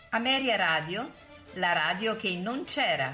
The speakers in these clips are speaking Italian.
Ameria Radio, la radio che non c'era.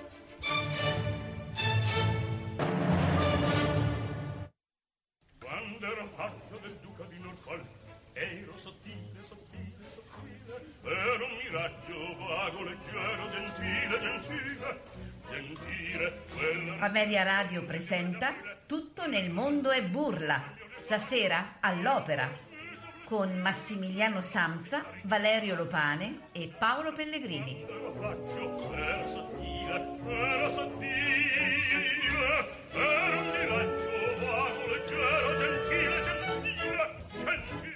Quando ero paggio del duca di Norfolk, ero sottile, sottile, sottile, ero un miraggio vago, leggero, gentile, gentile, gentile. Ameria Radio presenta Tutto nel mondo è burla, stasera all'Opera, con Massimiliano Samsa, Valerio Lopane e Paolo Pellegrini. Ero sottile, ero sottile, ero un miraggio vago, leggero, gentile, gentile, gentile.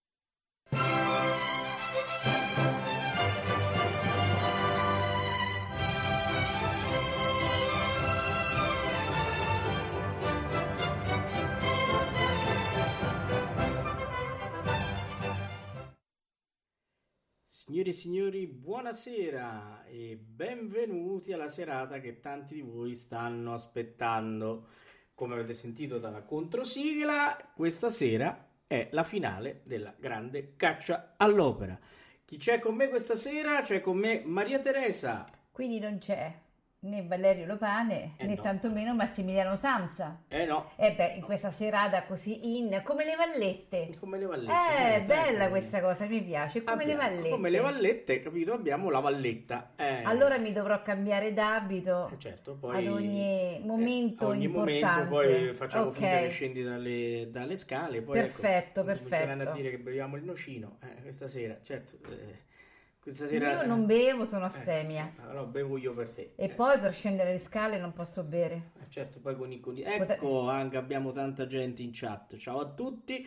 Signore e signori, buonasera e benvenuti alla serata che tanti di voi stanno aspettando. Come avete sentito dalla controsigla, questa sera è la finale della grande caccia all'opera. Chi c'è con me questa sera? C'è con me Maria Teresa. Quindi non c'è né Valerio Lopane né no. tantomeno Massimiliano Samsa. No. In questa serata così come le vallette. Come le vallette. Certo, Bella ecco. questa cosa, mi piace. Come le vallette. Come le vallette, capito? Abbiamo la valletta. Allora mi dovrò cambiare d'abito certo, poi, ad ogni momento ogni importante. momento poi facciamo Ok. finta che scendi dalle scale. Poi Perfetto, cominceranno perfetto. a dire che beviamo il nocino questa sera. Certo, questa sera Io non bevo, sono astemia. sì, allora bevo io per te. E poi per scendere le scale non posso bere. Certo, poi ecco, anche abbiamo tanta gente in chat. Ciao a tutti.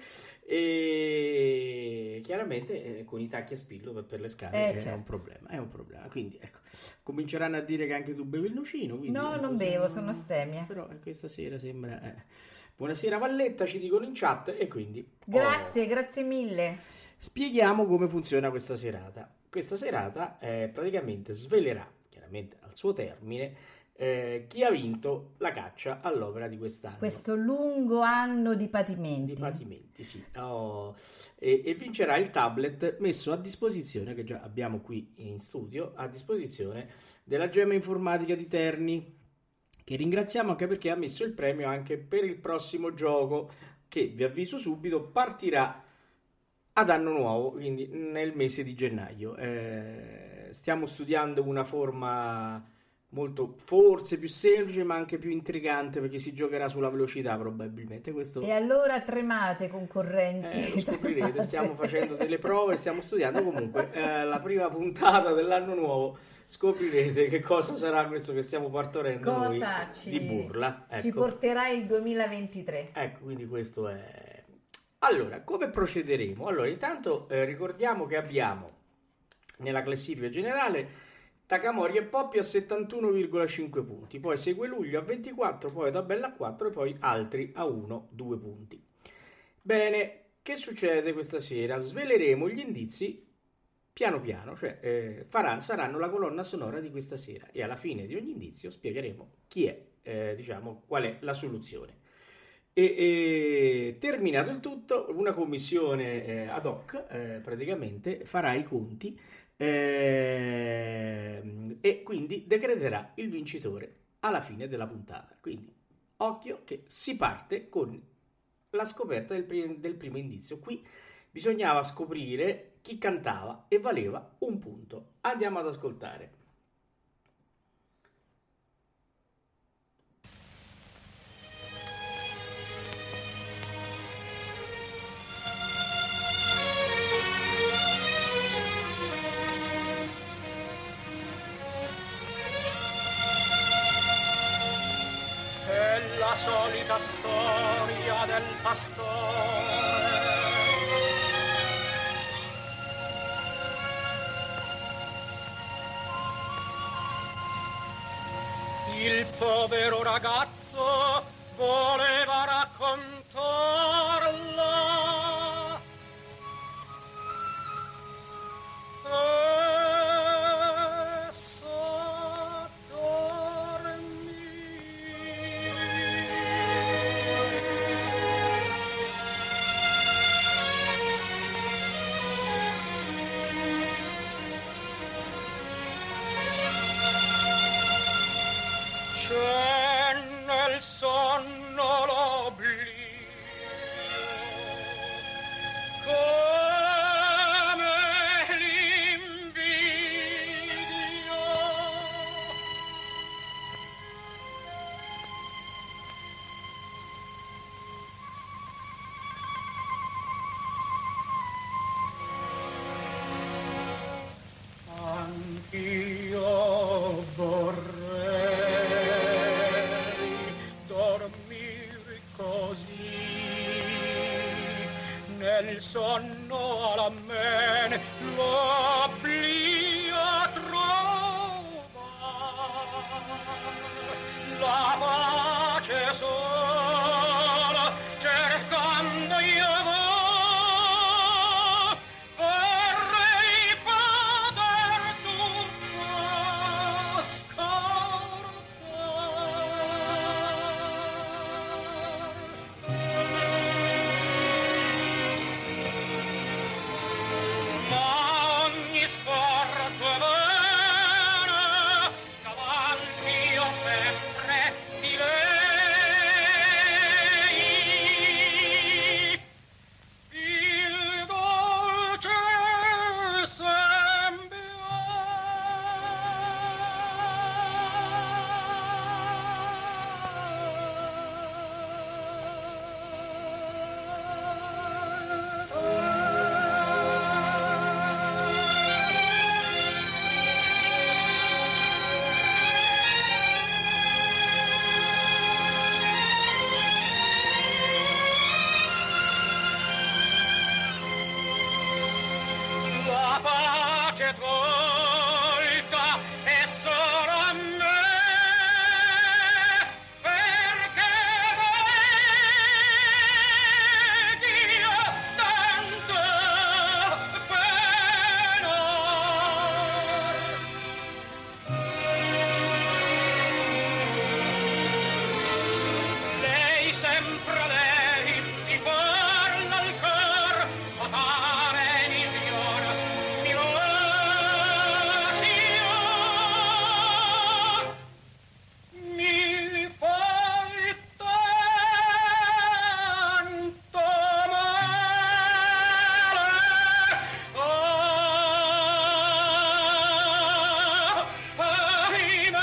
E chiaramente con i tacchi a spillo per le scale è certo. un problema. È un problema. Quindi ecco, cominceranno a dire che anche tu bevi il nocino. Quindi, No, non bevo, sono astemia. Però questa sera sembra. Buonasera Valletta, ci dicono in chat e quindi. Grazie mille. Spieghiamo come funziona questa serata. Questa serata praticamente svelerà, chiaramente al suo termine, chi ha vinto la caccia all'opera di quest'anno. Questo lungo anno di patimenti. Di patimenti, sì. E vincerà il tablet messo a disposizione, che già abbiamo qui in studio, a disposizione della Gemma Informatica di Terni, che ringraziamo anche perché ha messo il premio anche per il prossimo gioco, che vi avviso subito partirà ad anno nuovo, quindi nel mese di gennaio. Stiamo studiando una forma molto, forse più semplice, ma anche più intrigante, perché si giocherà sulla velocità probabilmente. Questo E allora tremate, concorrenti. lo scoprirete. Stiamo facendo delle prove, stiamo studiando. Comunque la prima puntata dell'anno nuovo scoprirete che cosa sarà questo che stiamo partorendo noi di burla. Ci Ecco. porterà il 2023. Ecco, quindi questo è. Allora, come procederemo? Allora, intanto ricordiamo che abbiamo nella classifica generale Takamori e Poppi a 71,5 punti, poi segue Luglio a 24, poi Tabella a 4 e poi altri a 1-2 punti. Bene, che succede questa sera? Sveleremo gli indizi piano piano, cioè saranno la colonna sonora di questa sera e alla fine di ogni indizio spiegheremo chi è, qual è la soluzione. E terminato il tutto, una commissione ad hoc praticamente farà i conti e quindi decreterà il vincitore alla fine della puntata. Quindi occhio che si parte con la scoperta del primo indizio. Qui bisognava scoprire chi cantava e valeva un punto. Andiamo ad ascoltare. La solita storia del pastore. Il povero ragazzo voleva raccontarla. Nel sonno alla men l'oblio trova, la pace sola cercando io vorrei poter tutto ma ogni sforzo è vano, cavalchi io sempre di lei. Il dolce la pace tolta è solo a me, perché Dio tanto pena. Lei sempre lei ti parla al cor, fatale visione, mi lascia, mi fa tanto male. Ahimè.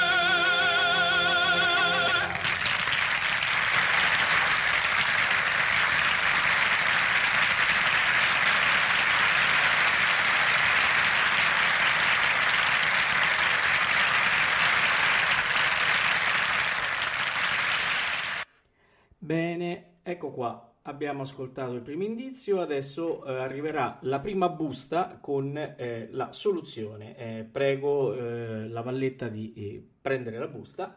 Bene, ecco qua, abbiamo ascoltato il primo indizio, adesso arriverà la prima busta con la soluzione. Prego la Valletta di prendere la busta.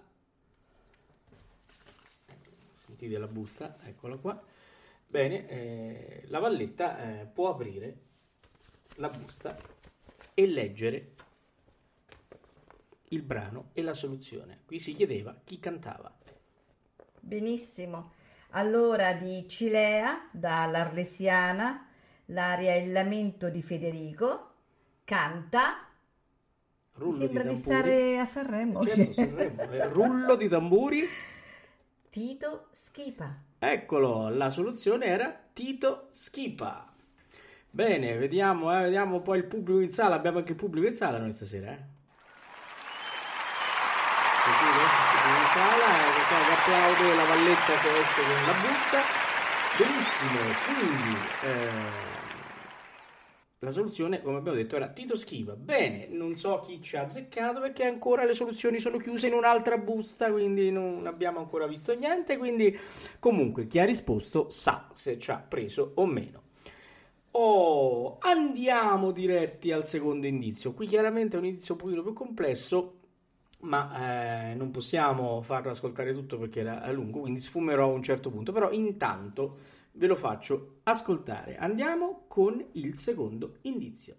Sentite la busta, eccola qua. Bene, la Valletta può aprire la busta e leggere il brano e la soluzione. Qui si chiedeva chi cantava. Benissimo. Allora di Cilea, dall'Arlesiana, l'aria Il lamento di Federico, canta. Rullo Sembra di di tamburi. stare a Sanremo. Certo, Sanremo. Rullo di tamburi. Tito Schipa. Eccolo, la soluzione era Tito Schipa. Bene, vediamo un po' il pubblico in sala. Abbiamo anche il pubblico in sala noi stasera, Sentite? Il pubblico in sala, che applaude la Valletta che esce con la busta. Benissimo, quindi la soluzione, come abbiamo detto, era Tito Schipa. Bene, non so chi ci ha azzeccato perché ancora le soluzioni sono chiuse in un'altra busta, quindi non abbiamo ancora visto niente, quindi comunque chi ha risposto sa se ci ha preso o meno. Andiamo diretti al secondo indizio. Qui chiaramente è un indizio un pochino più complesso, ma non possiamo farlo ascoltare tutto perché era lungo, quindi sfumerò a un certo punto, però intanto ve lo faccio ascoltare. Andiamo con il secondo indizio.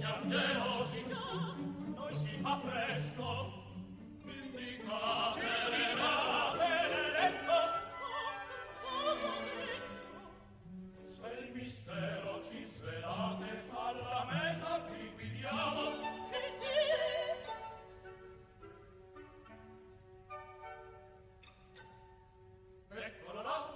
siam gelosi, noi si fa presto. Indicate l'eletto, se il mistero ci svelate, alla meta vi guidiamo. Eccolo là.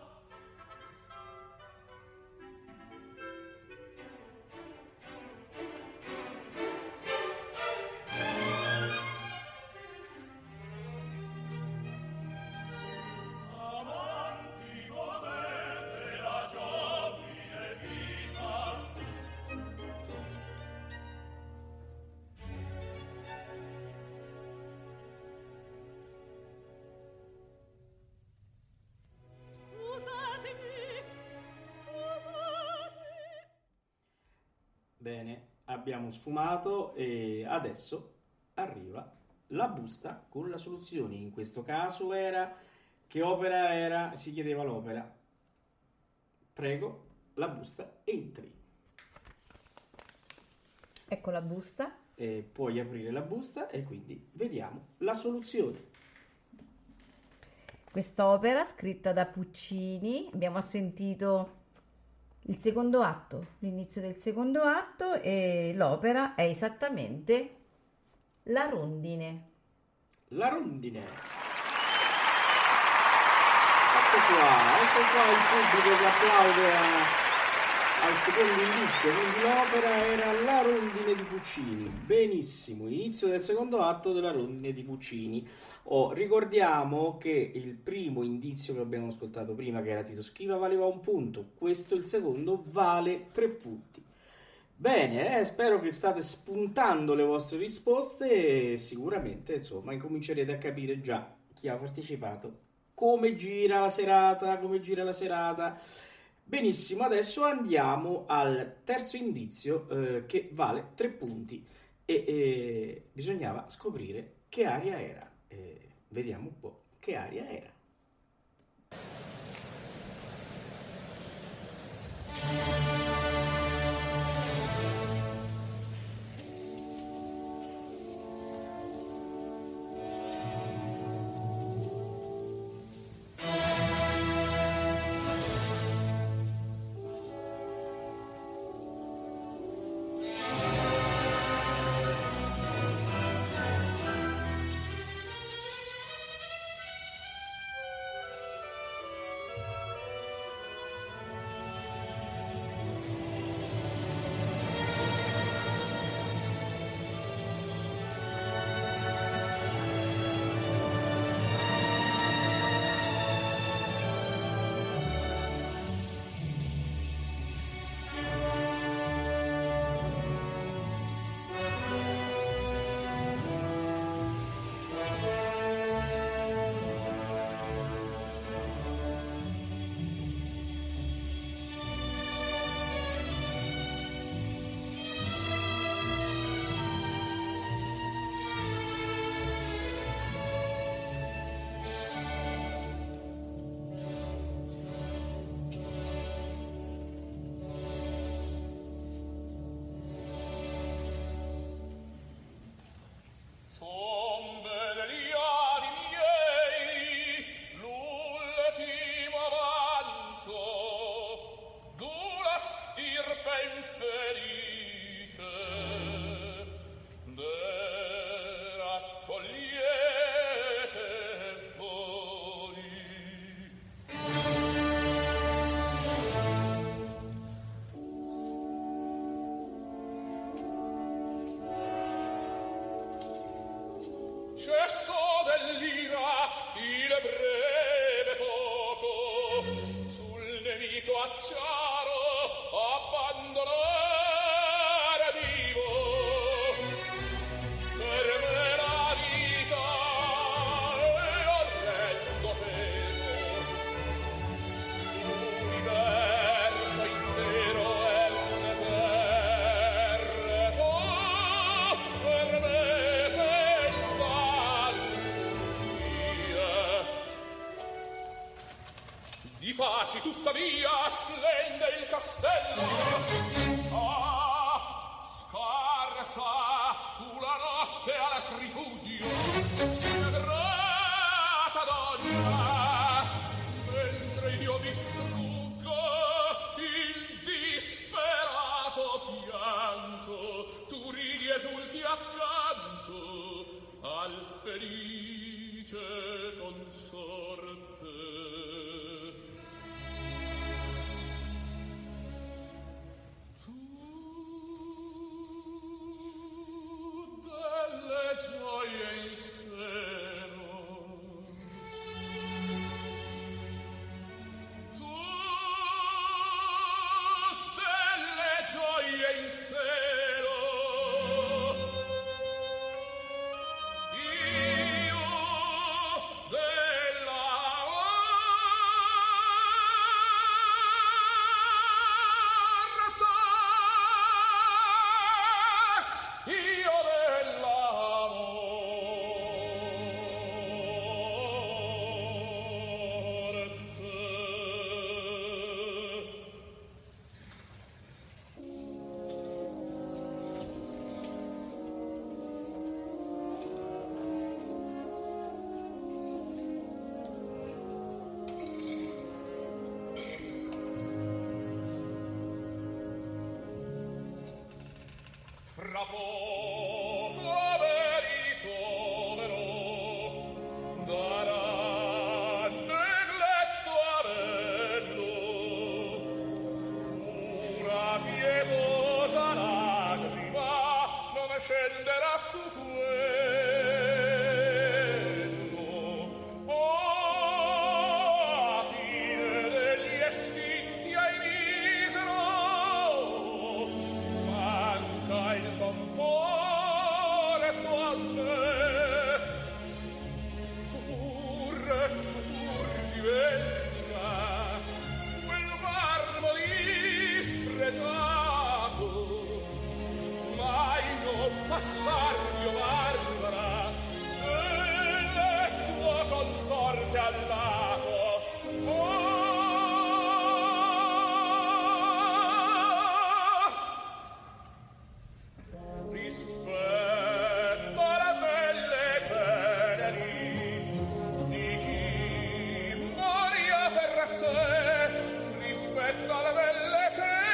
Amanti, godete la giovine vita. Bene, abbiamo sfumato e adesso arriva la busta con la soluzione. In questo caso era... Che opera era? Si chiedeva l'opera. Prego, la busta entri. Ecco la busta. E puoi aprire la busta e quindi vediamo la soluzione. Quest'opera scritta da Puccini, abbiamo sentito il secondo atto, l'inizio del secondo atto, e l'opera è esattamente La Rondine. La Rondine. Ecco qua il pubblico che applaude al secondo indizio. Quindi l'opera era La Rondine di Puccini. Benissimo, inizio del secondo atto della Rondine di Puccini. Ricordiamo che il primo indizio che abbiamo ascoltato prima, che era Tito Schiva, valeva 1 punto. Questo, il secondo, vale 3 punti. Bene, spero che state spuntando le vostre risposte e sicuramente, insomma, incomincerete a capire già chi ha partecipato, come gira la serata. Benissimo, adesso andiamo al terzo indizio che vale 3 punti e bisognava scoprire che aria era. Vediamo un po' che aria era. Cesso dell'ira il breve fuoco sul nemico acciaro abbandonare vivo per me la vita e orrendo peso l'universo intero è un deserto per me senza di faci tuttavia splende il castello. Ah, scarre sa fu la notte alla tripudio ingrata donna mentre io distruggo il disperato pianto tu ridi esulti accanto al felice consorte. Delle gioie in seno tu delle gioie in seno io della morte io fra poco mi ricoverò daranno in letto avello una pietosa lagrima non mi scenderà su quello oh fine degli estinti ai misero manca il conforto a me pur divenga quel marmo dispregiato mai non passar io barbara e tuo consorte al lato rispetto alle belle ceneri di chi moria per te rispetto alle belle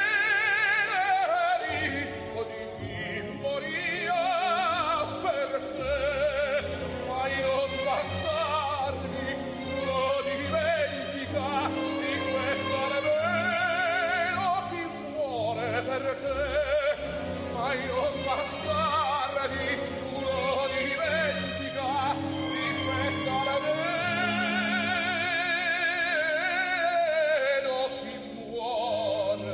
ceneri o di chi moria per te mai non passarmi lo dimentica rispetto alle belle o chi muore per te mai non passarmi tu lo dimentica rispetto alla vero chi muore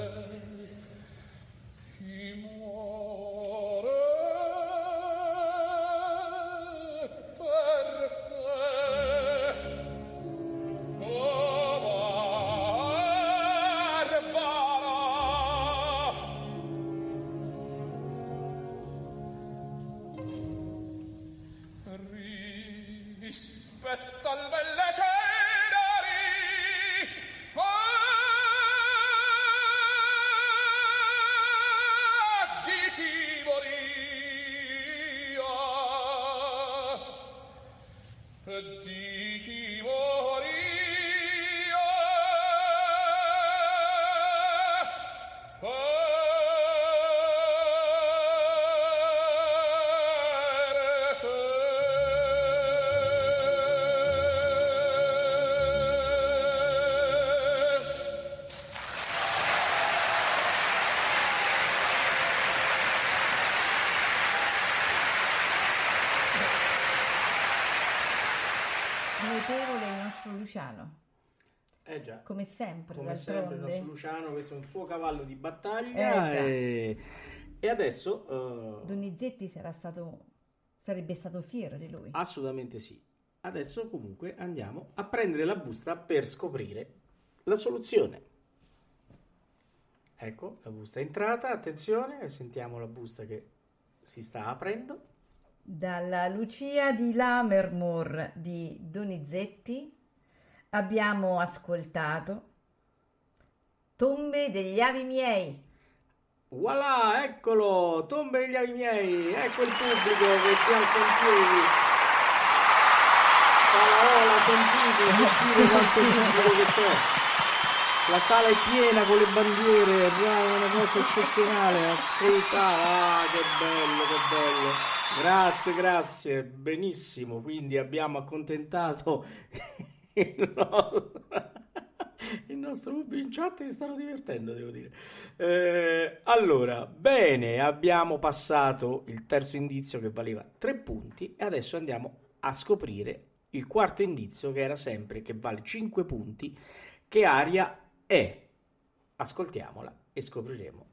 per te oh barbara rispetto al belle ceneri di chi moria di chi moria per te Notevole il nostro Luciano, Già. come sempre, Come sempre il d'altronde. nostro Luciano, questo è un suo cavallo di battaglia già. e adesso Donizetti sarebbe stato fiero di lui. assolutamente sì. Adesso comunque andiamo a prendere la busta per scoprire la soluzione. Ecco, la busta è entrata, attenzione, sentiamo la busta che si sta aprendo. Dalla Lucia di Lammermoor di Donizetti abbiamo ascoltato Tombe degli avi miei. Voilà, eccolo, tombe gli avi miei, ecco il pubblico che si alza in piedi. Ola, sentite quanto pubblico che c'è. La sala è piena con le bandiere, è una cosa eccezionale, ascoltare, che bello, che bello. Grazie, benissimo, quindi abbiamo accontentato il nostro pubblico in chat, mi stanno divertendo, devo dire. Allora, bene, abbiamo passato il terzo indizio che valeva 3 punti e adesso andiamo a scoprire il quarto indizio che era sempre, che vale 5 punti. Che aria è? Ascoltiamola e scopriremo.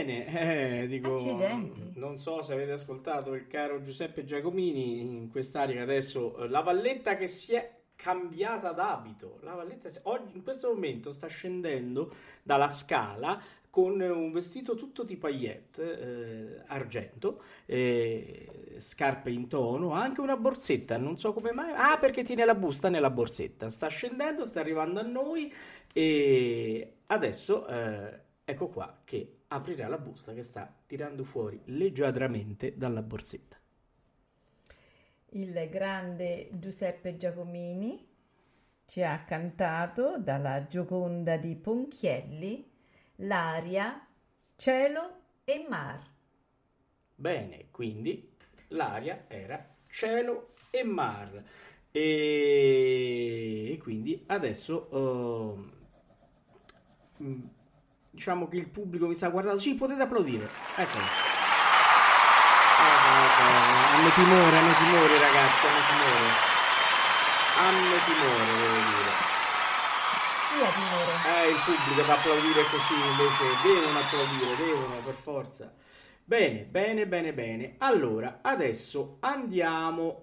Bene, dico, Accidenti. non so se avete ascoltato il caro Giuseppe Giacomini in quest'area adesso, la Valletta che si è cambiata d'abito. La Valletta oggi, in questo momento, sta scendendo dalla scala con un vestito tutto di paillette, argento, scarpe in tono, anche una borsetta, non so come mai, perché tiene la busta nella borsetta, sta scendendo, sta arrivando a noi e adesso ecco qua che aprirà la busta che sta tirando fuori leggiadramente dalla borsetta. Il grande Giuseppe Giacomini ci ha cantato dalla Gioconda di Ponchielli l'aria Cielo e Mar. Bene, quindi l'aria era Cielo e Mar e quindi adesso diciamo che il pubblico mi sta guardando. Sì, potete applaudire, eccolo. Hanno timore ragazzi, hanno timore, devo dire. Il pubblico da applaudire così invece devono per forza. Bene. Allora, adesso andiamo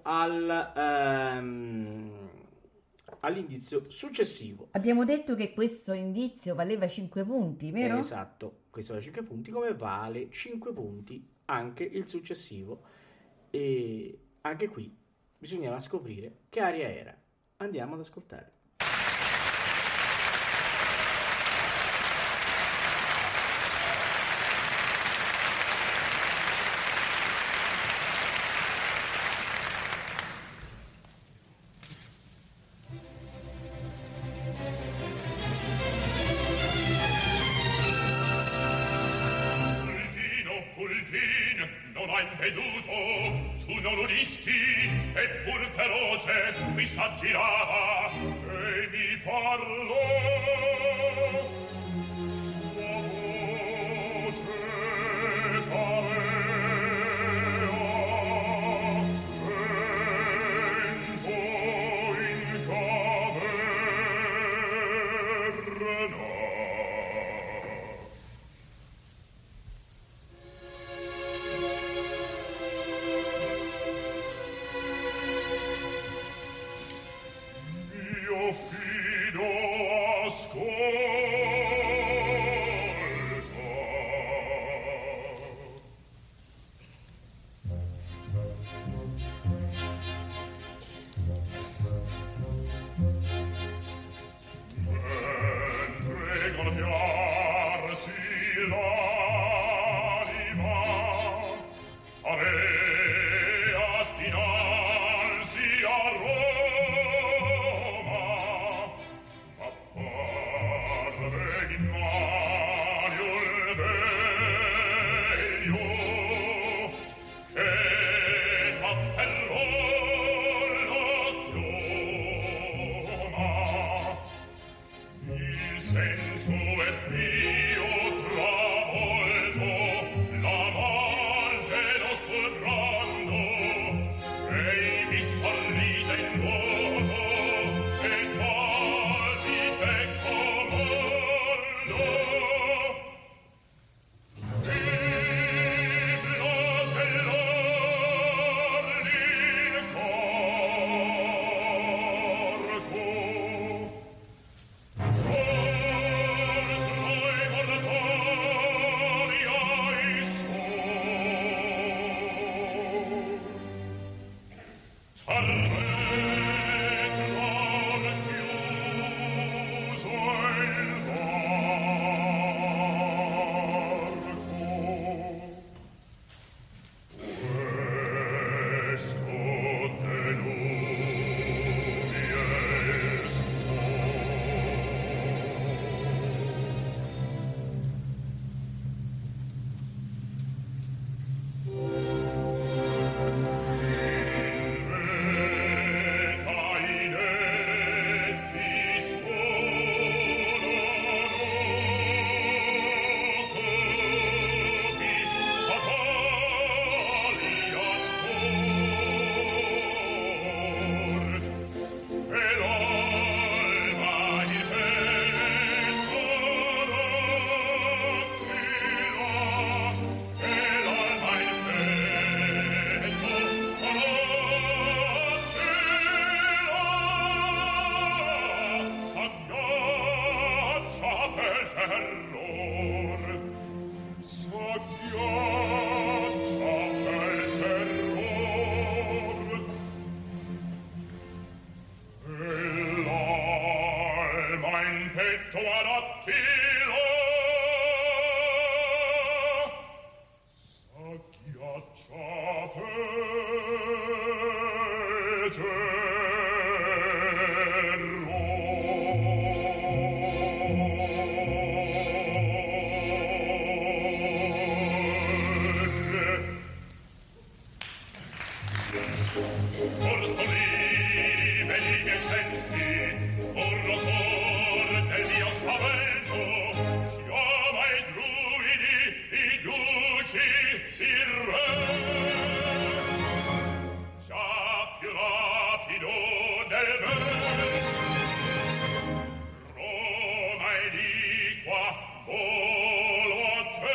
all'indizio successivo. Abbiamo detto che questo indizio valeva 5 punti, vero? Esatto, questo vale 5 punti, come vale 5 punti anche il successivo. E anche qui bisognava scoprire che aria era. Andiamo ad ascoltare. Non hai veduto, tu non udisti, eppur feroce qui s'aggirava e mi parlò. Sua voce pareva vento in caverna. Or son liberi i miei sensi, or rosor del mio spavento, chiama i druidi, i duci, il re. Già più rapido del vento, Roma è di qua, volo a te.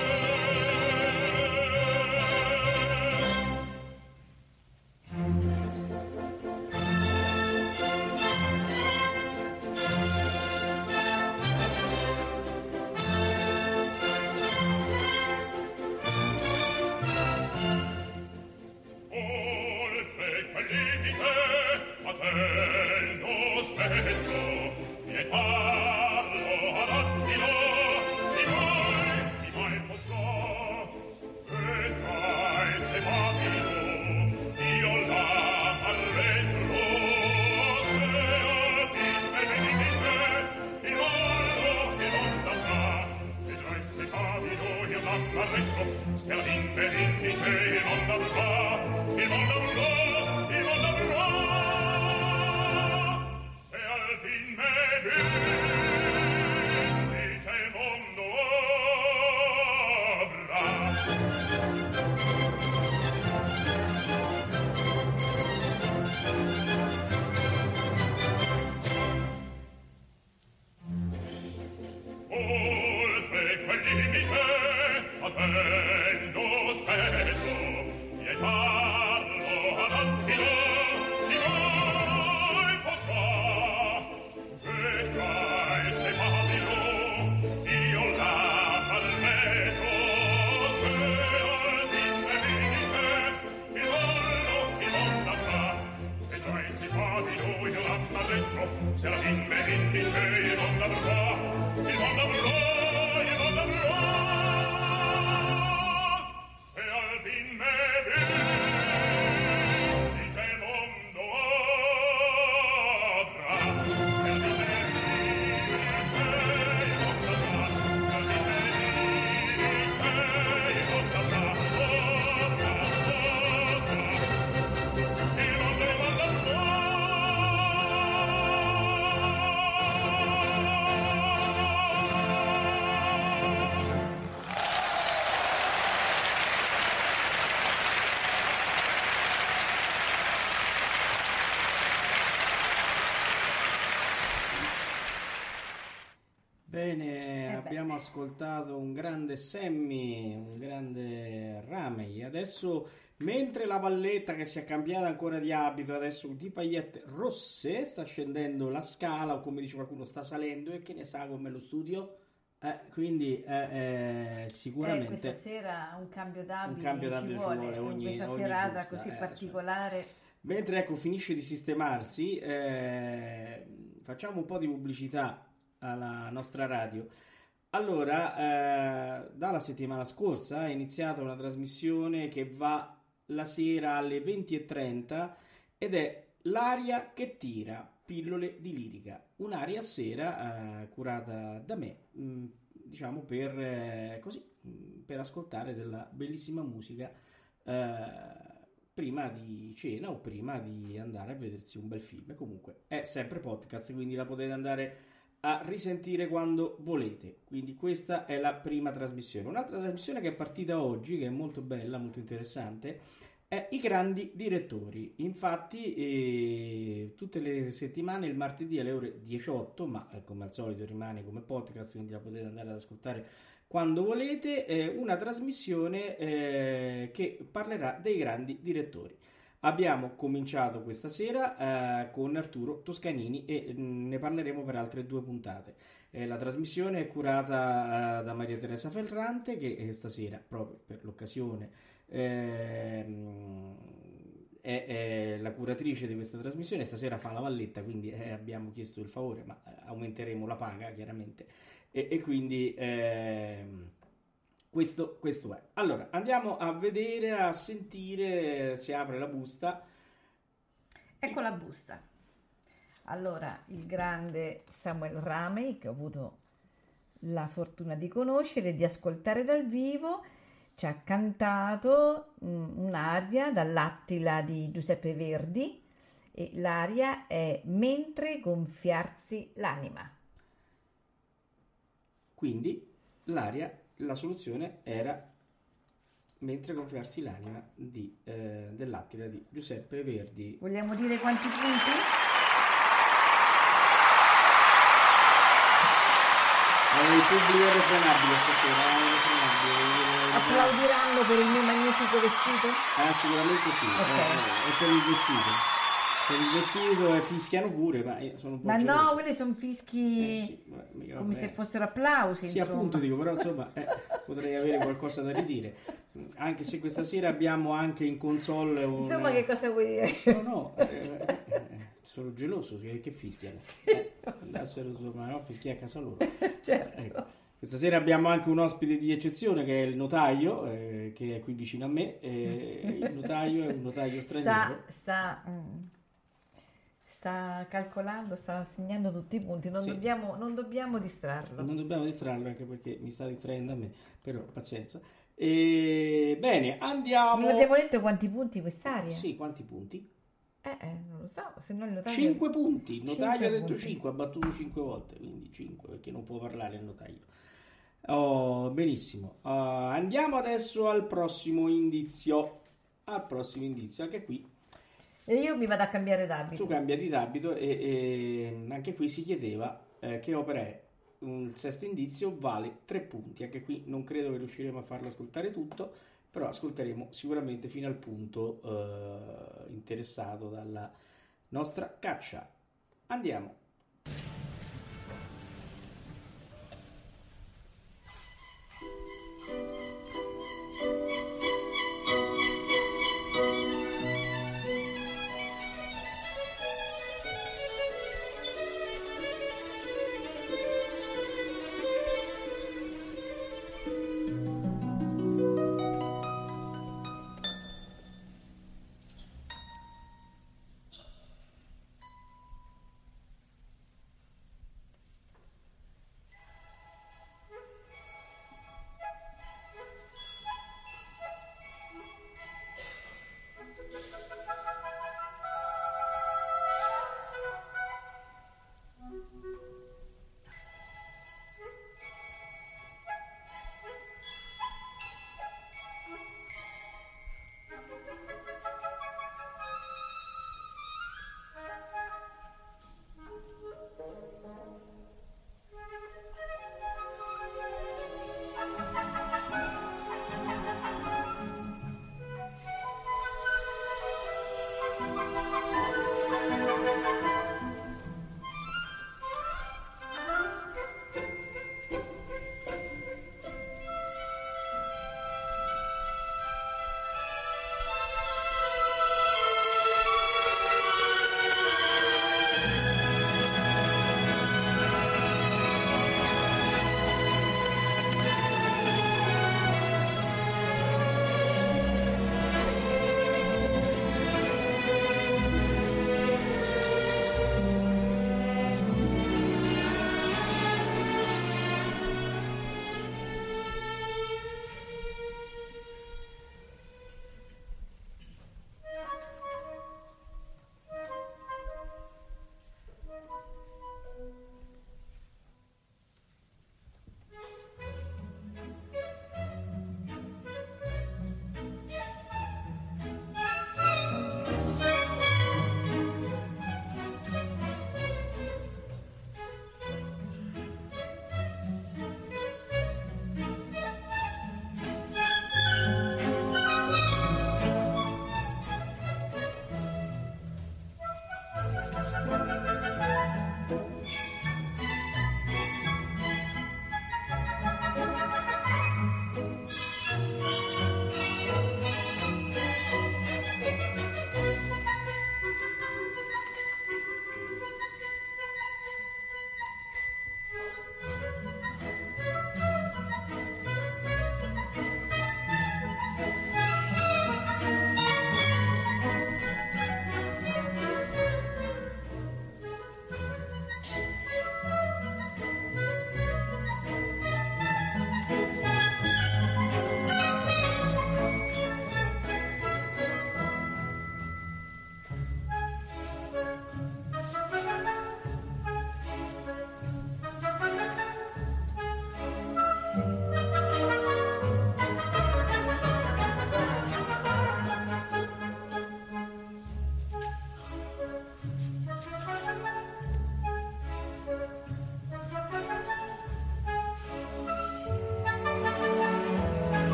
Oltre quel limite, a te lo spetto, vietarlo ad Attilo, chi mai potrà, vedrai se Babilo, io là arretro, se al limite, il mondo avrà, vedrai se Babilo, io là arretro, se al limite, il mondo avrà, il mondo avrà, il mondo avrà, se al fin me dice il mondo avrà. Oltre quel limite, a te lo spetto, vietarlo ad Attilo, chi mai potrà, vedrai se Babilo, io là permetto, se al limite, il mondo avrà, vedrai se Babilo, io là permetto, se al limite, il mondo avrà, il mondo avrà, il mondo avrà, se al fin me dice il mondo avrà, se al fin me dice il mondo avrà, se al fin me dice il mondo avrà, il mondo avrà. Bene, abbiamo ascoltato un grande Sammy, un grande Ramey. Adesso, mentre la Valletta, che si è cambiata ancora di abito, adesso di paillette rosse, sta scendendo la scala, o come dice qualcuno sta salendo, e che ne sa come lo studio. Quindi sicuramente questa sera un cambio d'abito ci vuole ogni questa ogni serata busta, così particolare. Mentre ecco finisce di sistemarsi, facciamo un po' di pubblicità alla nostra radio. Allora, dalla settimana scorsa è iniziata una trasmissione che va la sera alle 20:30 ed è L'aria che tira, pillole di lirica, un'aria a sera curata da me, diciamo per ascoltare della bellissima musica prima di cena o prima di andare a vedersi un bel film. Comunque è sempre podcast, quindi la potete andare a risentire quando volete. Quindi questa è la prima trasmissione. Un'altra trasmissione che è partita oggi, che è molto bella, molto interessante, è I grandi direttori. Infatti tutte le settimane il martedì alle ore 18, ma come al solito rimane come podcast, quindi la potete andare ad ascoltare quando volete, una trasmissione che parlerà dei grandi direttori. Abbiamo cominciato questa sera con Arturo Toscanini e ne parleremo per altre 2 puntate. La trasmissione è curata da Maria Teresa Ferrante, che stasera, proprio per l'occasione, è la curatrice di questa trasmissione. Stasera fa la Valletta, quindi abbiamo chiesto il favore, ma aumenteremo la paga chiaramente, e quindi questo è. Allora andiamo a vedere, a sentire, si apre la busta. Ecco la busta. Allora, il grande Samuel Ramey, che ho avuto la fortuna di conoscere e di ascoltare dal vivo, ci ha cantato un'aria dall'Attila di Giuseppe Verdi e l'aria è Mentre gonfiarsi l'anima. Quindi la soluzione era Mentre gonfiarsi l'anima dell'Attila di Giuseppe Verdi. Vogliamo dire quanti punti? Il pubblico è refrenabile stasera, Applaudiranno per il mio magnifico vestito? Sicuramente sì, Ok. e per il vestito. Per il vestito fischiano pure, ma io sono un po' Ma geloso. no, quelli sono fischi Sì, mica come vabbè. se fossero applausi, Sì, insomma. appunto dico, però insomma potrei avere qualcosa da ridire. Anche se questa sera abbiamo anche in console un... Insomma, che cosa vuoi dire? No, sono geloso che fischiano. Adesso insomma, no, fischi a casa loro. Certo. Ecco. Questa sera abbiamo anche un ospite di eccezione che è il notaio, che è qui vicino a me. Il notaio è un notaio straniero. Sta calcolando, sta segnando tutti i punti, non Sì. dobbiamo distrarlo. Non dobbiamo distrarlo anche perché mi sta distraendo a me, però pazienza. Bene, andiamo. Non abbiamo detto quanti punti quest'aria? Sì, quanti punti? Non lo so, se no il notaio... 5 punti. Il notaio ha 5 detto punti. 5, ha battuto 5 volte, quindi 5 perché non può parlare il notaio. Oh, benissimo. Andiamo adesso al prossimo indizio. Anche qui E io mi vado a cambiare d'abito. tu cambia di d'abito e anche qui si chiedeva che opera è. Il sesto indizio vale 3 punti. Anche qui non credo che riusciremo a farlo ascoltare tutto, però ascolteremo sicuramente fino al punto interessato dalla nostra caccia. Andiamo.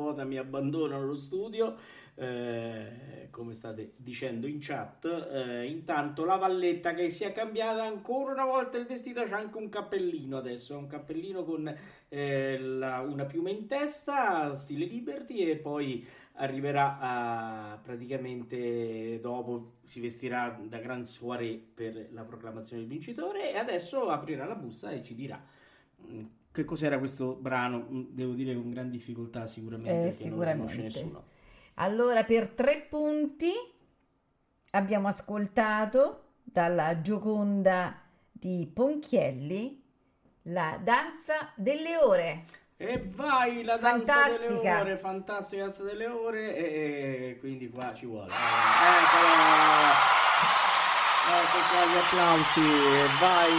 pilota mi abbandonano lo studio, come state dicendo in chat. Intanto la Valletta, che si è cambiata ancora una volta il vestito, c'ha anche un cappellino adesso, un cappellino con una piuma in testa, stile Liberty, e poi arriverà praticamente dopo, si vestirà da gran soirée per la proclamazione del vincitore, e adesso aprirà la busta e ci dirà che cos'era questo brano. Devo dire con gran difficoltà sicuramente, perché non lo conosce nessuno. Allora, per 3 punti abbiamo ascoltato dalla Gioconda di Ponchielli la danza delle ore. E vai, la danza delle Fantastica. ore, fantastica danza delle ore, e quindi qua ci vuole. Eccola! Ecco qua gli applausi, e vai!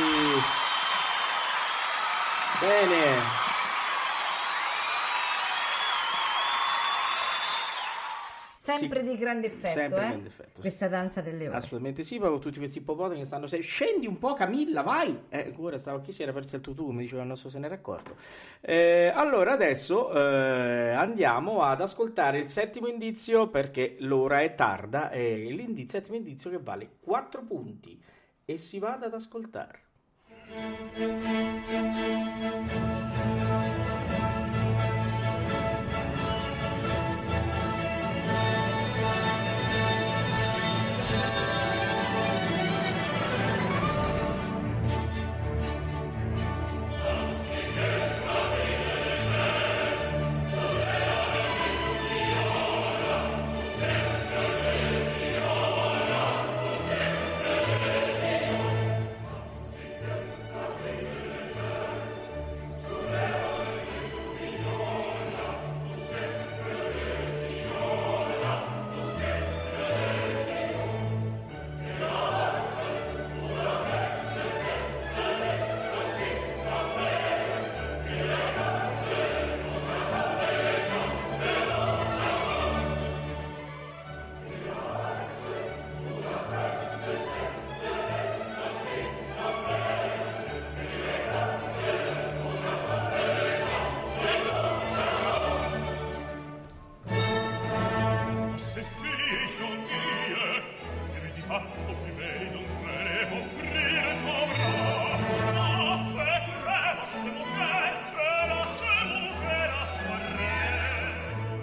Bene! Sempre Sì, di grande effetto, sempre grande effetto, sì. questa danza delle ore. Assolutamente sì, poi con tutti questi ippopotami che stanno... Scendi un po', Camilla, vai! Ora stavo qui, si era perso il tutù, mi diceva, non so se ne era accorto. Allora adesso andiamo ad ascoltare il settimo indizio, perché l'ora è tarda, e il settimo indizio che vale 4 punti, e si vada ad ascoltare. Se figlio mie, e vedi atto che vedo un bene offrire t'avrà. Ma vedremo se temo e lasciamo che la sparre.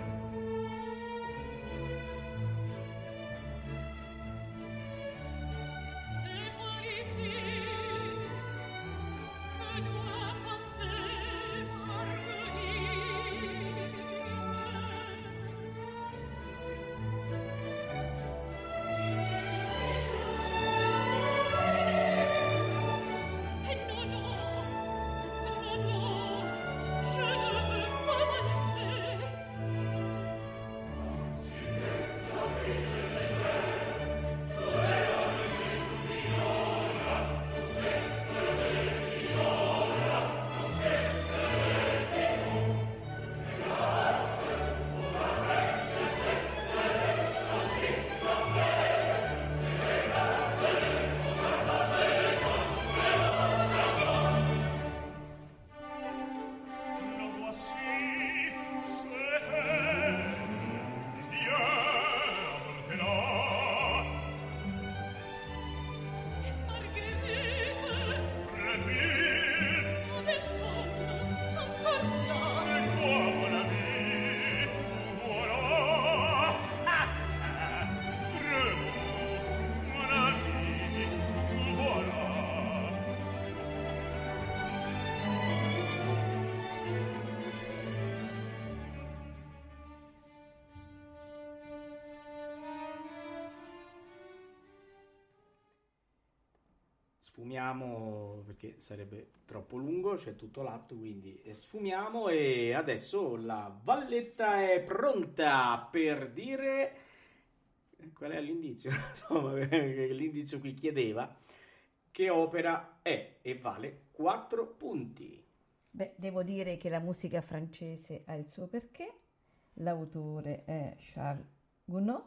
C'est par ici que doit passer Marguerite. Et non, je ne veux pas me laisser. La voici, c'était hier que là. Marguerite, Préfire, dove torno ancora? et toi, mon ami, voilà. Vraiment, mon ami, voilà. Sfumiamo, perché sarebbe troppo lungo, c'è tutto l'atto, quindi sfumiamo, e adesso la Valletta è pronta per dire qual è l'indizio. Insomma, l'indizio qui chiedeva che opera è, e vale 4 punti. Beh, devo dire che la musica francese ha il suo perché. L'autore è Charles Gounod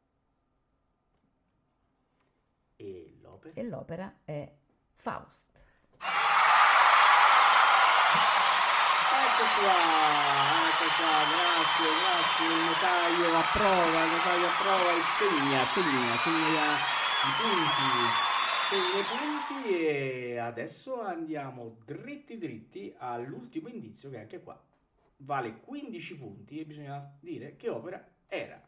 E l'opera? e l'opera è Faust. Ecco qua, grazie, il notaio approva e segna i punti e adesso andiamo dritti all'ultimo indizio, che anche qua vale 15 punti e bisogna dire che opera era.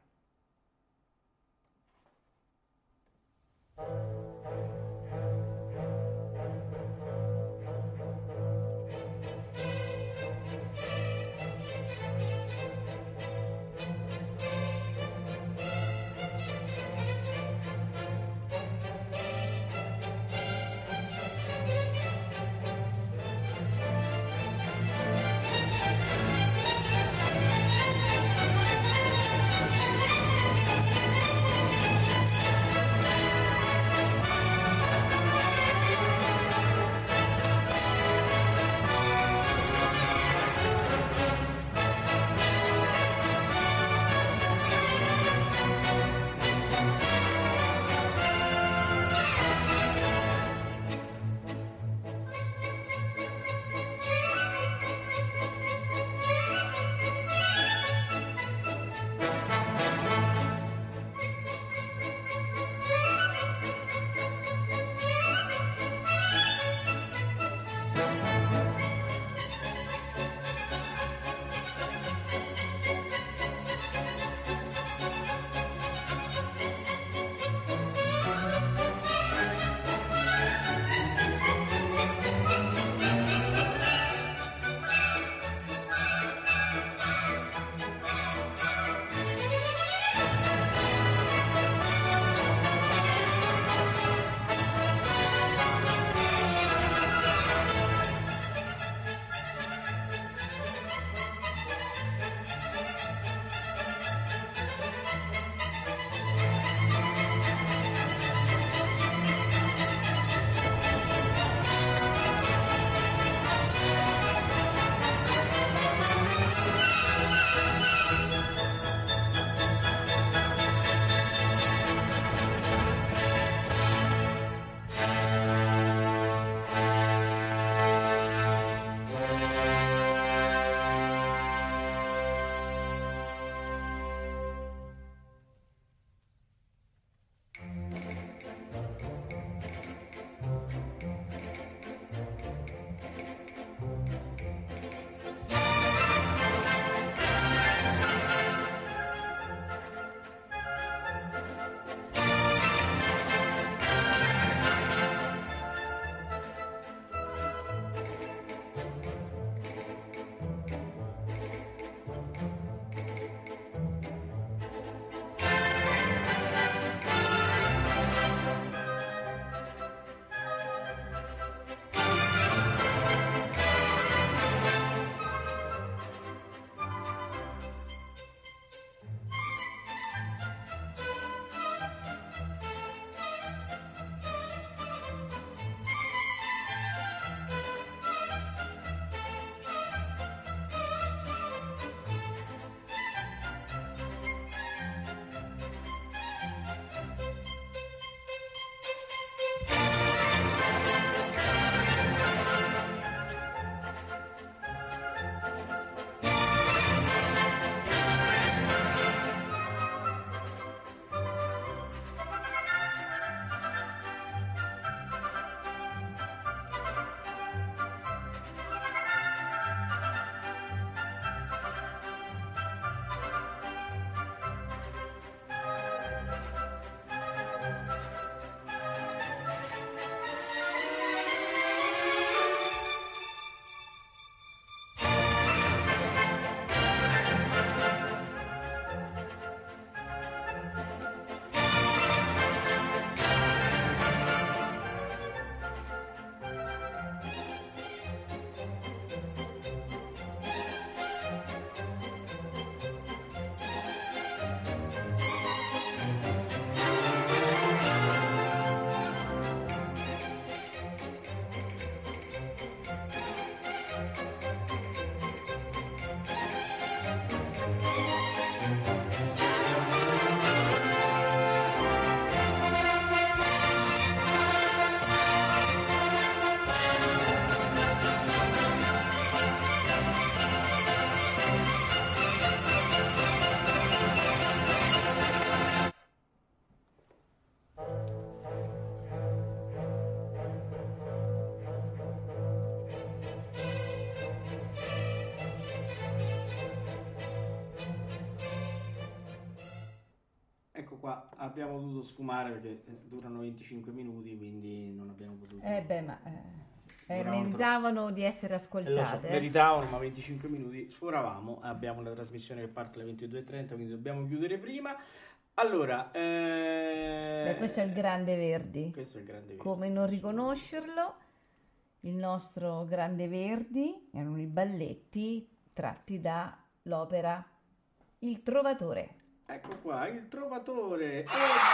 qua, abbiamo dovuto sfumare perché durano 25 minuti, quindi non abbiamo potuto. Meritavano di essere Lo so, ascoltate. meritavano, ma 25 minuti sforavamo. Abbiamo la trasmissione che parte alle 22:30, quindi dobbiamo chiudere prima. Allora, Questo è il Grande Verdi. questo è il Grande Verdi. Come non riconoscerlo? Il nostro Grande Verdi erano i balletti tratti dall'opera Il Trovatore. Ecco qua, il Trovatore.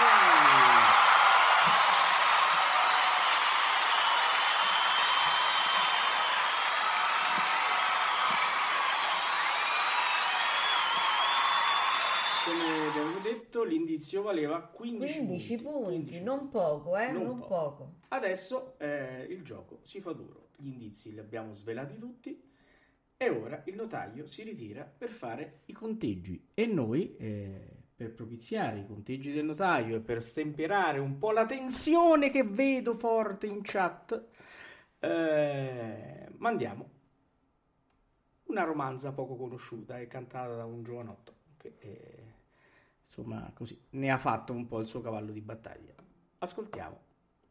Come abbiamo detto, l'indizio valeva 15 punti, 15 non poco, non poco. poco. Adesso il gioco si fa duro, gli indizi li abbiamo svelati tutti e ora il notaio si ritira per fare i conteggi e noi, per propiziare i conteggi del notaio e per stemperare un po' la tensione che vedo forte in chat, mandiamo una romanza poco conosciuta e cantata da un giovanotto che insomma così ne ha fatto un po' il suo cavallo di battaglia. Ascoltiamo.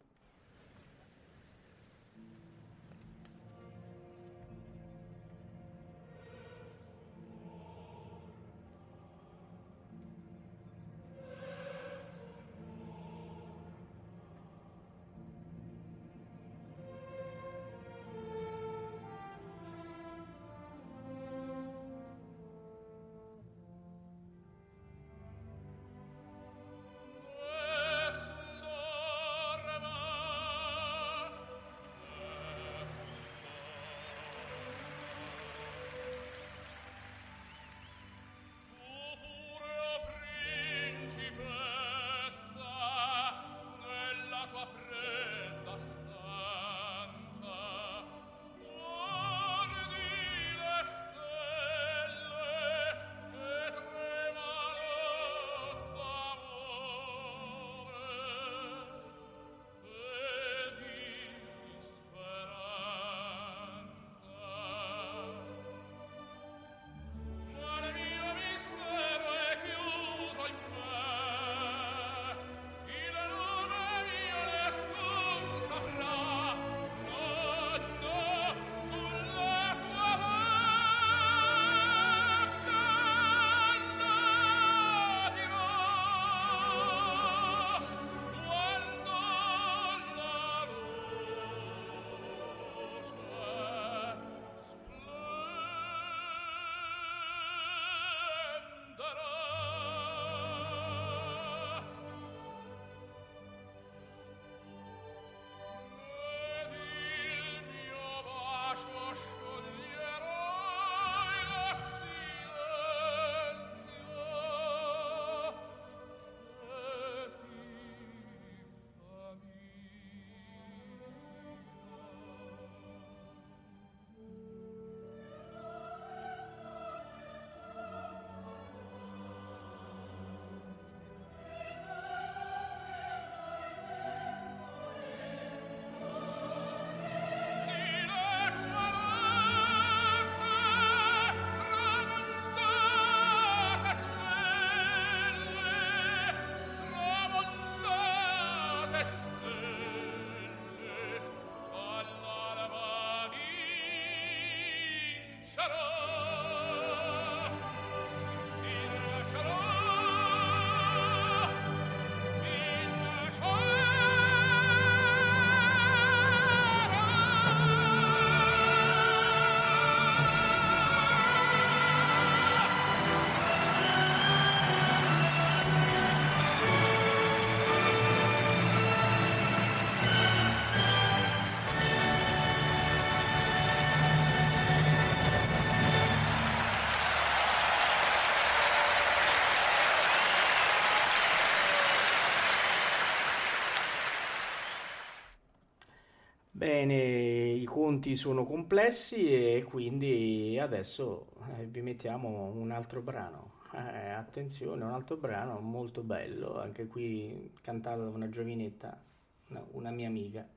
Bene, i conti sono complessi e quindi adesso vi mettiamo un altro brano. Attenzione, un altro brano molto bello, anche qui cantato da una giovinetta, una mia amica,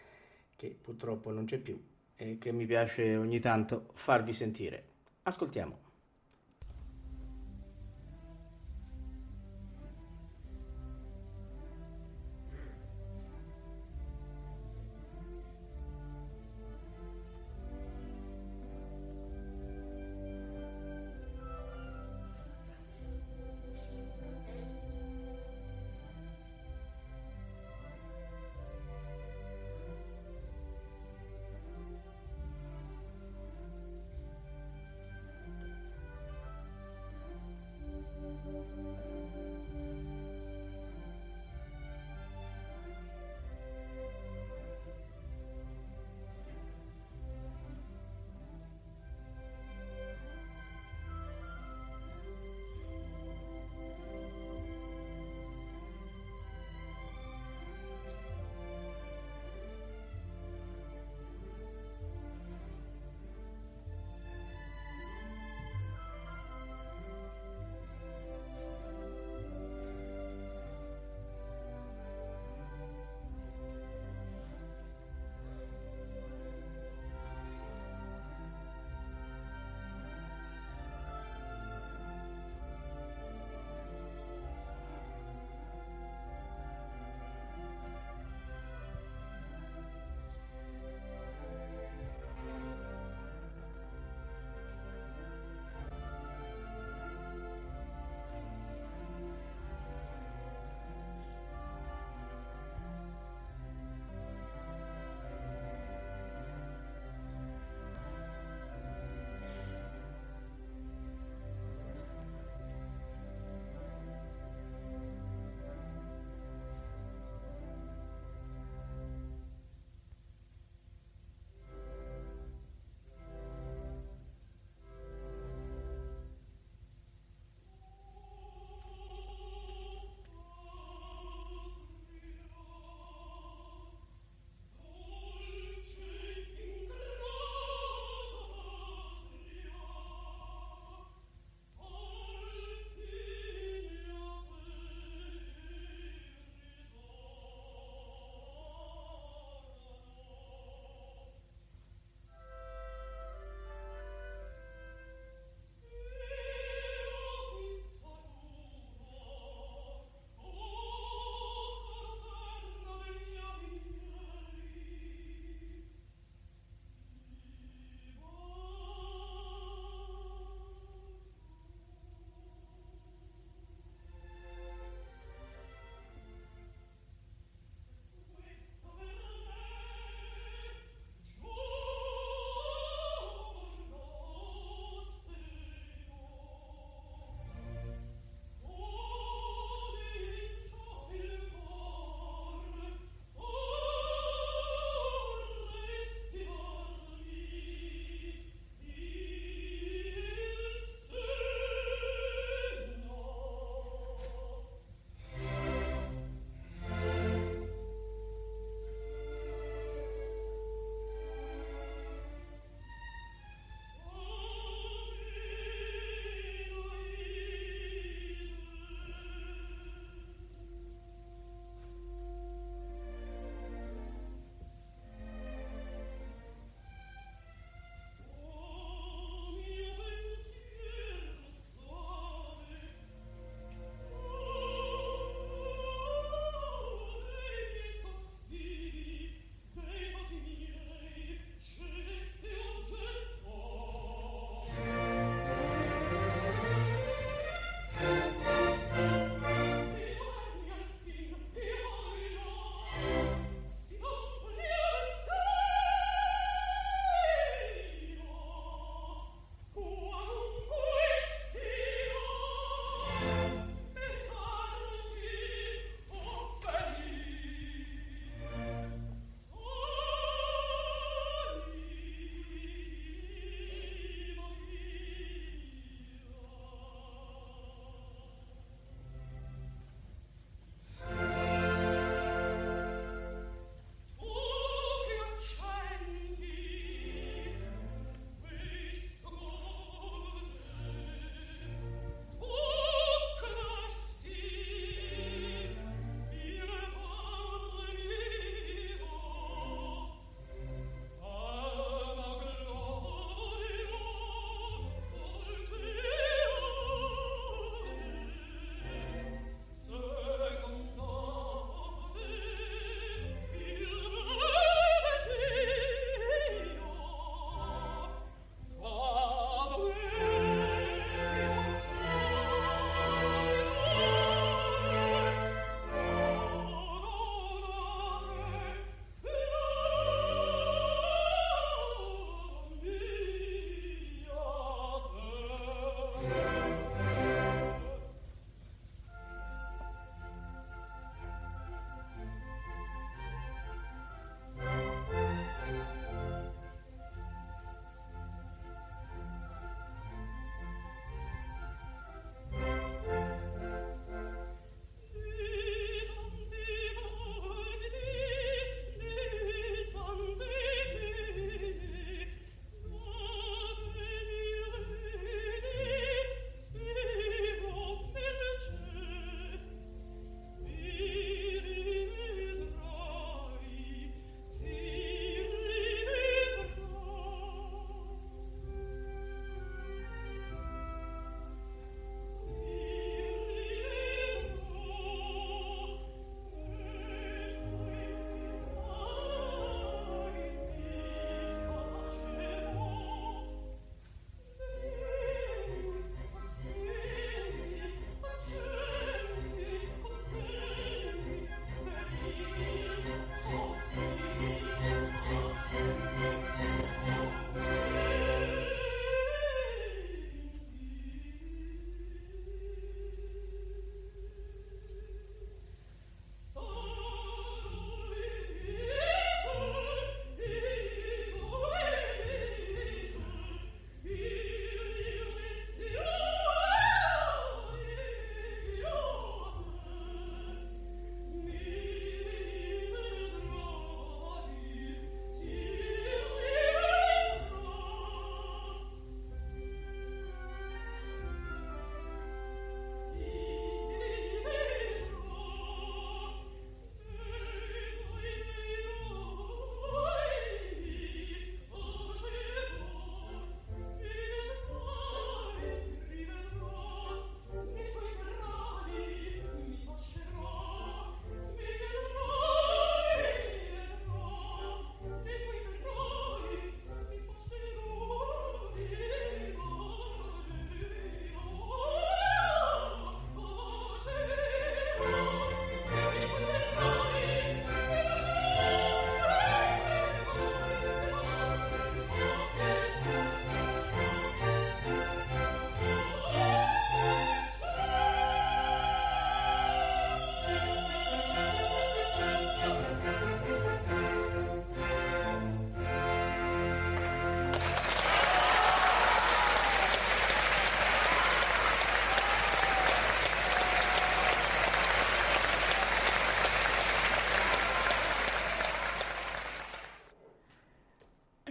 che purtroppo non c'è più e che mi piace ogni tanto farvi sentire. Ascoltiamo.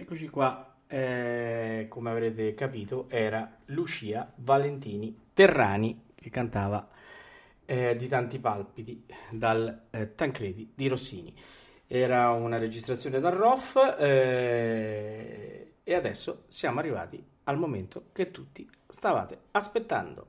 Eccoci qua. Come avrete capito, era Lucia Valentini Terrani che cantava Di tanti palpiti dal Tancredi di Rossini. Era una registrazione dal ROF e adesso siamo arrivati al momento che tutti stavate aspettando.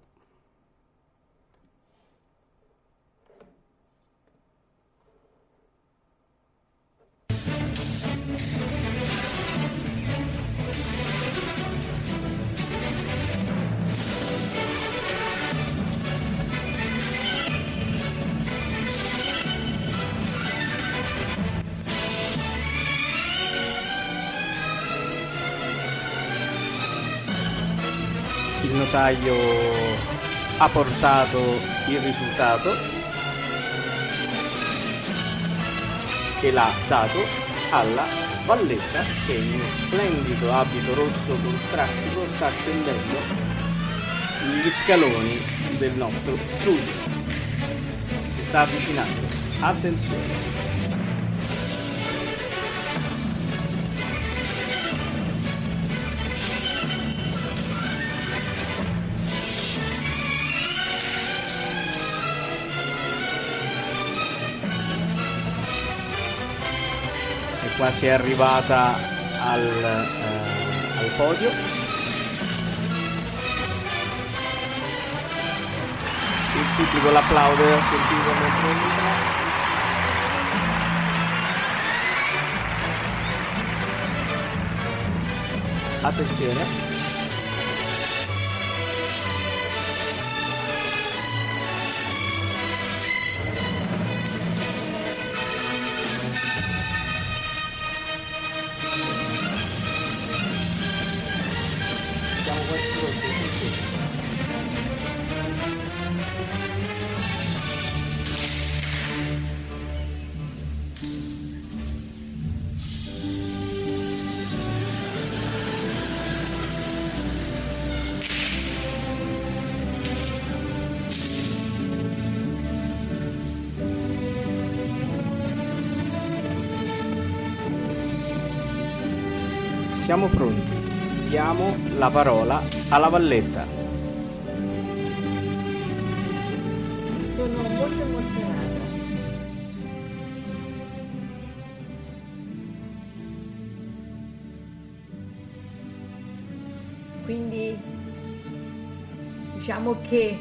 Il notaio ha portato il risultato e l'ha dato alla Valletta, che in splendido abito rosso con strascico sta scendendo gli scaloni del nostro studio. Si sta avvicinando. Attenzione. Quasi è arrivata al podio. Il pubblico l'applaude, ha sentito mentre entra. Attenzione. Siamo pronti, diamo la parola alla Valletta. Sono molto emozionata. Quindi diciamo che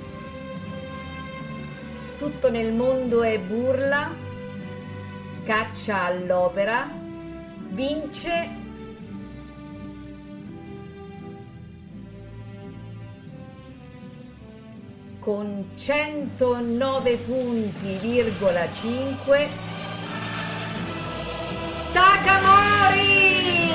tutto nel mondo è burla, caccia all'opera, vince con 109 punti,5 Takamori!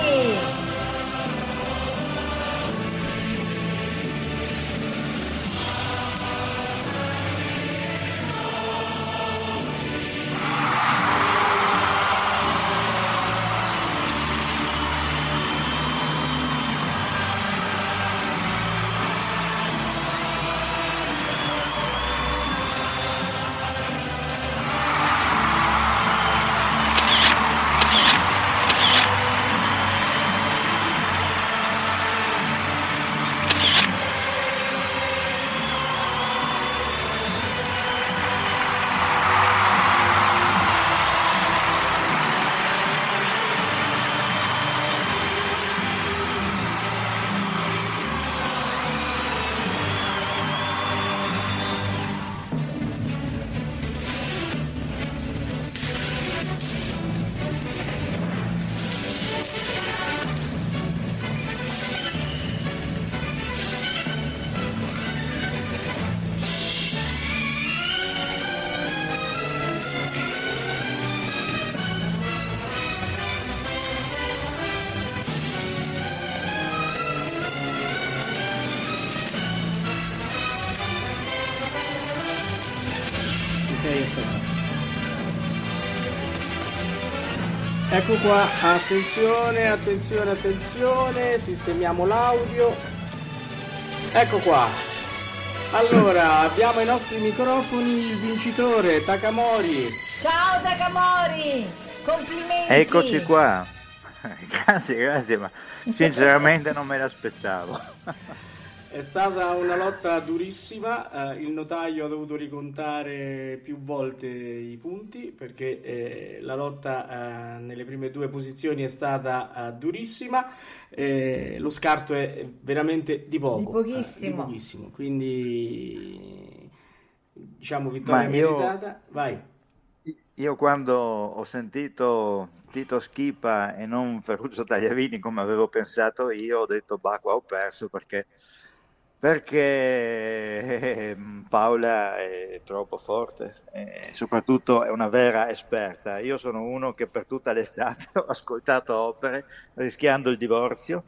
Ecco qua, attenzione, attenzione, attenzione, sistemiamo l'audio. Ecco qua. Allora, abbiamo ai nostri microfoni il vincitore, Takamori. Ciao Takamori! Complimenti! Eccoci qua. Grazie, ma sinceramente non me l'aspettavo. È stata una lotta durissima, il notaio ha dovuto ricontare più volte i punti perché la lotta nelle prime due posizioni è stata durissima, lo scarto è veramente di poco, Di pochissimo. di pochissimo, quindi diciamo vittoria meritata. Vai. Io quando ho sentito Tito Schipa e non Ferruccio Tagliavini come avevo pensato io, ho detto bah, qua ho perso perché Paola è troppo forte e soprattutto è una vera esperta. Io sono uno che per tutta l'estate ho ascoltato opere rischiando il divorzio.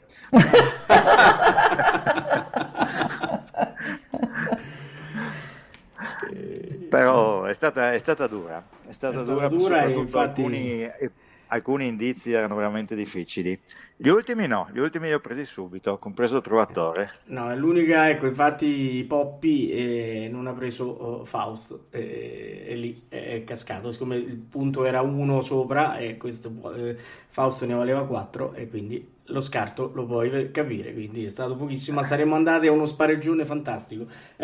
Però è stata dura, dura e soprattutto infatti alcuni indizi erano veramente difficili. Gli ultimi no, gli ultimi li ho presi subito, compreso il Trovatore. no, è l'unica, ecco, infatti Poppi non ha preso Faust e lì è cascato, siccome il punto era 1 sopra e questo Faust ne valeva 4 e quindi lo scarto lo puoi capire, quindi è stato pochissimo, ma saremmo andati a uno spareggione fantastico.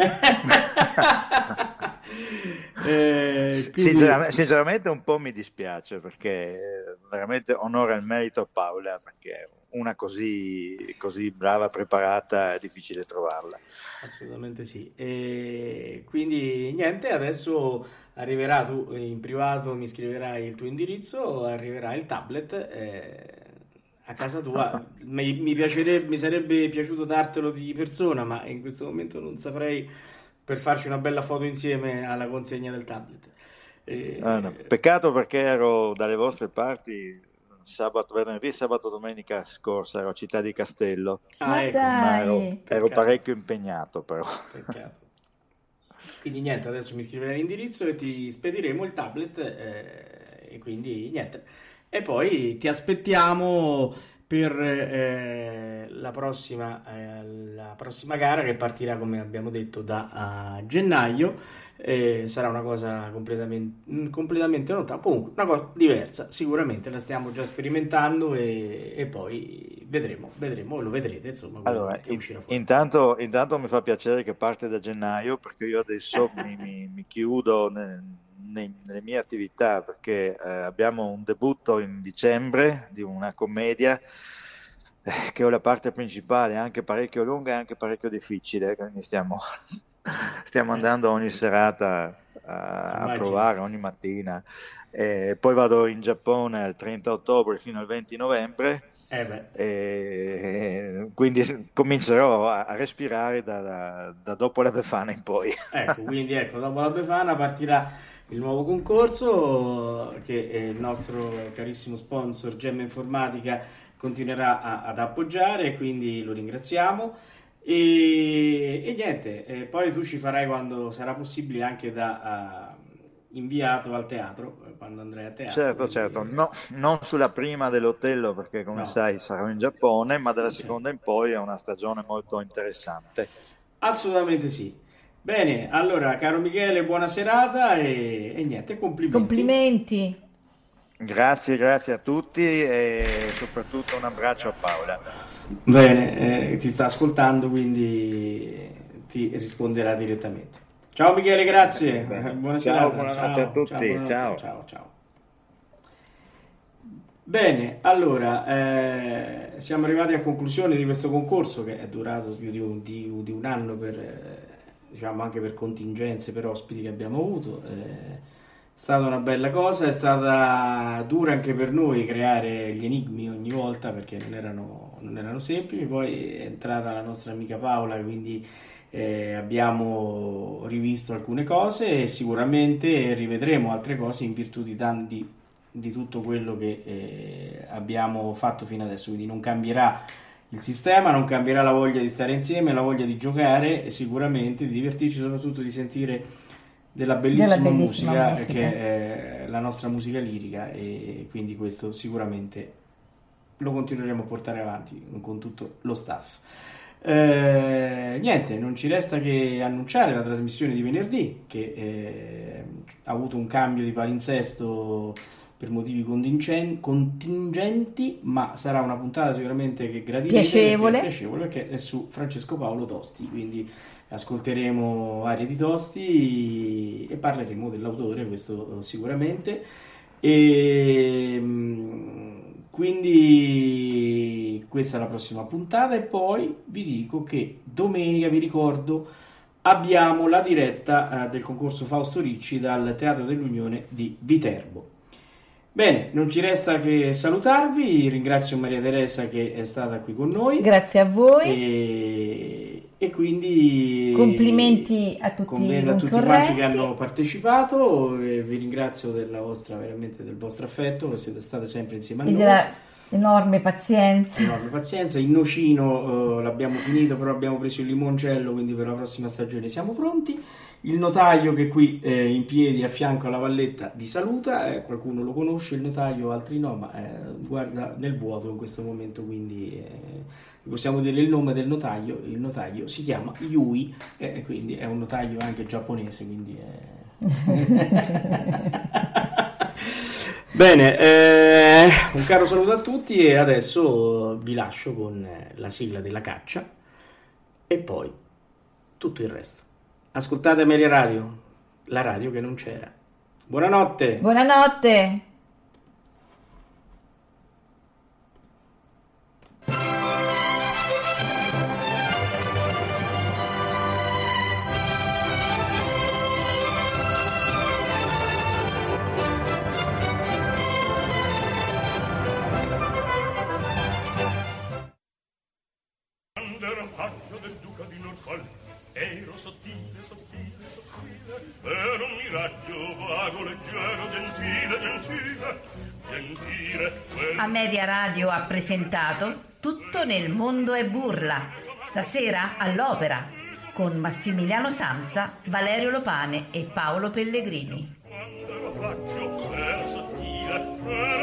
Quindi Sinceramente un po' mi dispiace perché veramente onore al merito a Paola perché una così brava, preparata, è difficile trovarla. assolutamente sì. E quindi niente, adesso arriverà, tu in privato mi scriverai il tuo indirizzo, arriverà il tablet a casa tua. Mi sarebbe piaciuto dartelo di persona, ma in questo momento non saprei per farci una bella foto insieme alla consegna del tablet. No. Peccato perché ero dalle vostre parti venerdì, sabato, domenica scorsa, ero a Città di Castello. Ah, ecco, Ma Dai. ero parecchio impegnato però. peccato. Quindi niente, adesso mi scriverai l'indirizzo e ti spediremo il tablet e quindi niente. E poi ti aspettiamo per la prossima gara che partirà, come abbiamo detto, da gennaio. Sarà una cosa completamente nota, comunque una cosa diversa, sicuramente la stiamo già sperimentando e poi vedremo, lo vedrete, insomma, quello Allora, che uscirà fuori. intanto mi fa piacere che parte da gennaio perché io adesso mi chiudo nelle mie attività perché abbiamo un debutto in dicembre di una commedia che ho la parte principale, anche parecchio lunga e anche parecchio difficile, quindi stiamo andando ogni serata a Immagino. provare, ogni mattina. Poi vado in Giappone il 30 ottobre fino al 20 novembre. Quindi comincerò a respirare da dopo la Befana in poi. Quindi dopo la Befana partirà il nuovo concorso che il nostro carissimo sponsor Gemma Informatica continuerà ad appoggiare, quindi lo ringraziamo e niente, poi tu ci farai quando sarà possibile anche da inviato al teatro, quando andrai a teatro. Certo, no, non sulla prima dell'Otello perché come sai sarò in Giappone, ma dalla seconda in poi è una stagione molto interessante. Assolutamente sì. Bene, allora caro Michele, buona serata e niente, Complimenti. Grazie a tutti e soprattutto un abbraccio a Paola. Bene, ti sta ascoltando, quindi ti risponderà direttamente. Ciao Michele, grazie. Buona serata. Buonanotte a tutti. Ciao. Bene, allora siamo arrivati a conclusione di questo concorso che è durato più di un anno diciamo anche per contingenze, per ospiti che abbiamo avuto. È stata una bella cosa, è stata dura anche per noi creare gli enigmi ogni volta perché non erano semplici. Poi è entrata la nostra amica Paola, quindi abbiamo rivisto alcune cose e sicuramente rivedremo altre cose in virtù di tutto quello che abbiamo fatto fino adesso, quindi non cambierà il sistema, non cambierà la voglia di stare insieme, la voglia di giocare e sicuramente di divertirci, soprattutto di sentire della bellissima musica che è la nostra musica lirica e quindi questo sicuramente lo continueremo a portare avanti con tutto lo staff. Niente, non ci resta che annunciare la trasmissione di venerdì che ha avuto un cambio di palinsesto per motivi contingenti, ma sarà una puntata sicuramente che gradirete, piacevole, perché è su Francesco Paolo Tosti, quindi ascolteremo arie di Tosti e parleremo dell'autore, questo sicuramente, e quindi questa è la prossima puntata. E poi vi dico che domenica, vi ricordo, abbiamo la diretta del concorso Fausto Ricci dal Teatro dell'Unione di Viterbo. Bene, non ci resta che salutarvi, ringrazio Maria Teresa che è stata qui con noi. Grazie a voi. E quindi complimenti a tutti quanti che hanno partecipato, e vi ringrazio veramente del vostro affetto, che siete state sempre insieme a noi. Della enorme pazienza. Il nocino l'abbiamo finito, però abbiamo preso il limoncello, quindi per la prossima stagione siamo pronti. Il notaio che qui in piedi a fianco alla Valletta vi saluta, qualcuno lo conosce il notaio, altri no, ma guarda nel vuoto in questo momento, quindi possiamo dire il nome del notaio. Il notaio si chiama Yui, quindi è un notaio anche giapponese, quindi bene, un caro saluto a tutti e adesso vi lascio con la sigla della caccia e poi tutto il resto. Ascoltate Ameria Radio, la radio che non c'era. Buonanotte. Buonanotte. Ero sottile, era un miraggio vago, leggero, gentile. Ameria Radio ha presentato Tutto nel mondo è burla, stasera all'Opera, con Massimiliano Samsa, Valerio Lopane e Paolo Pellegrini. Quando ero faccio, era sottile,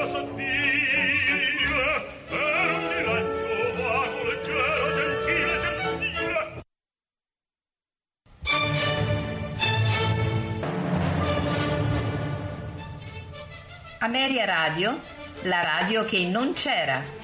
era un miraggio vago, leggero, gentile. Ameria Radio, la radio che non c'era.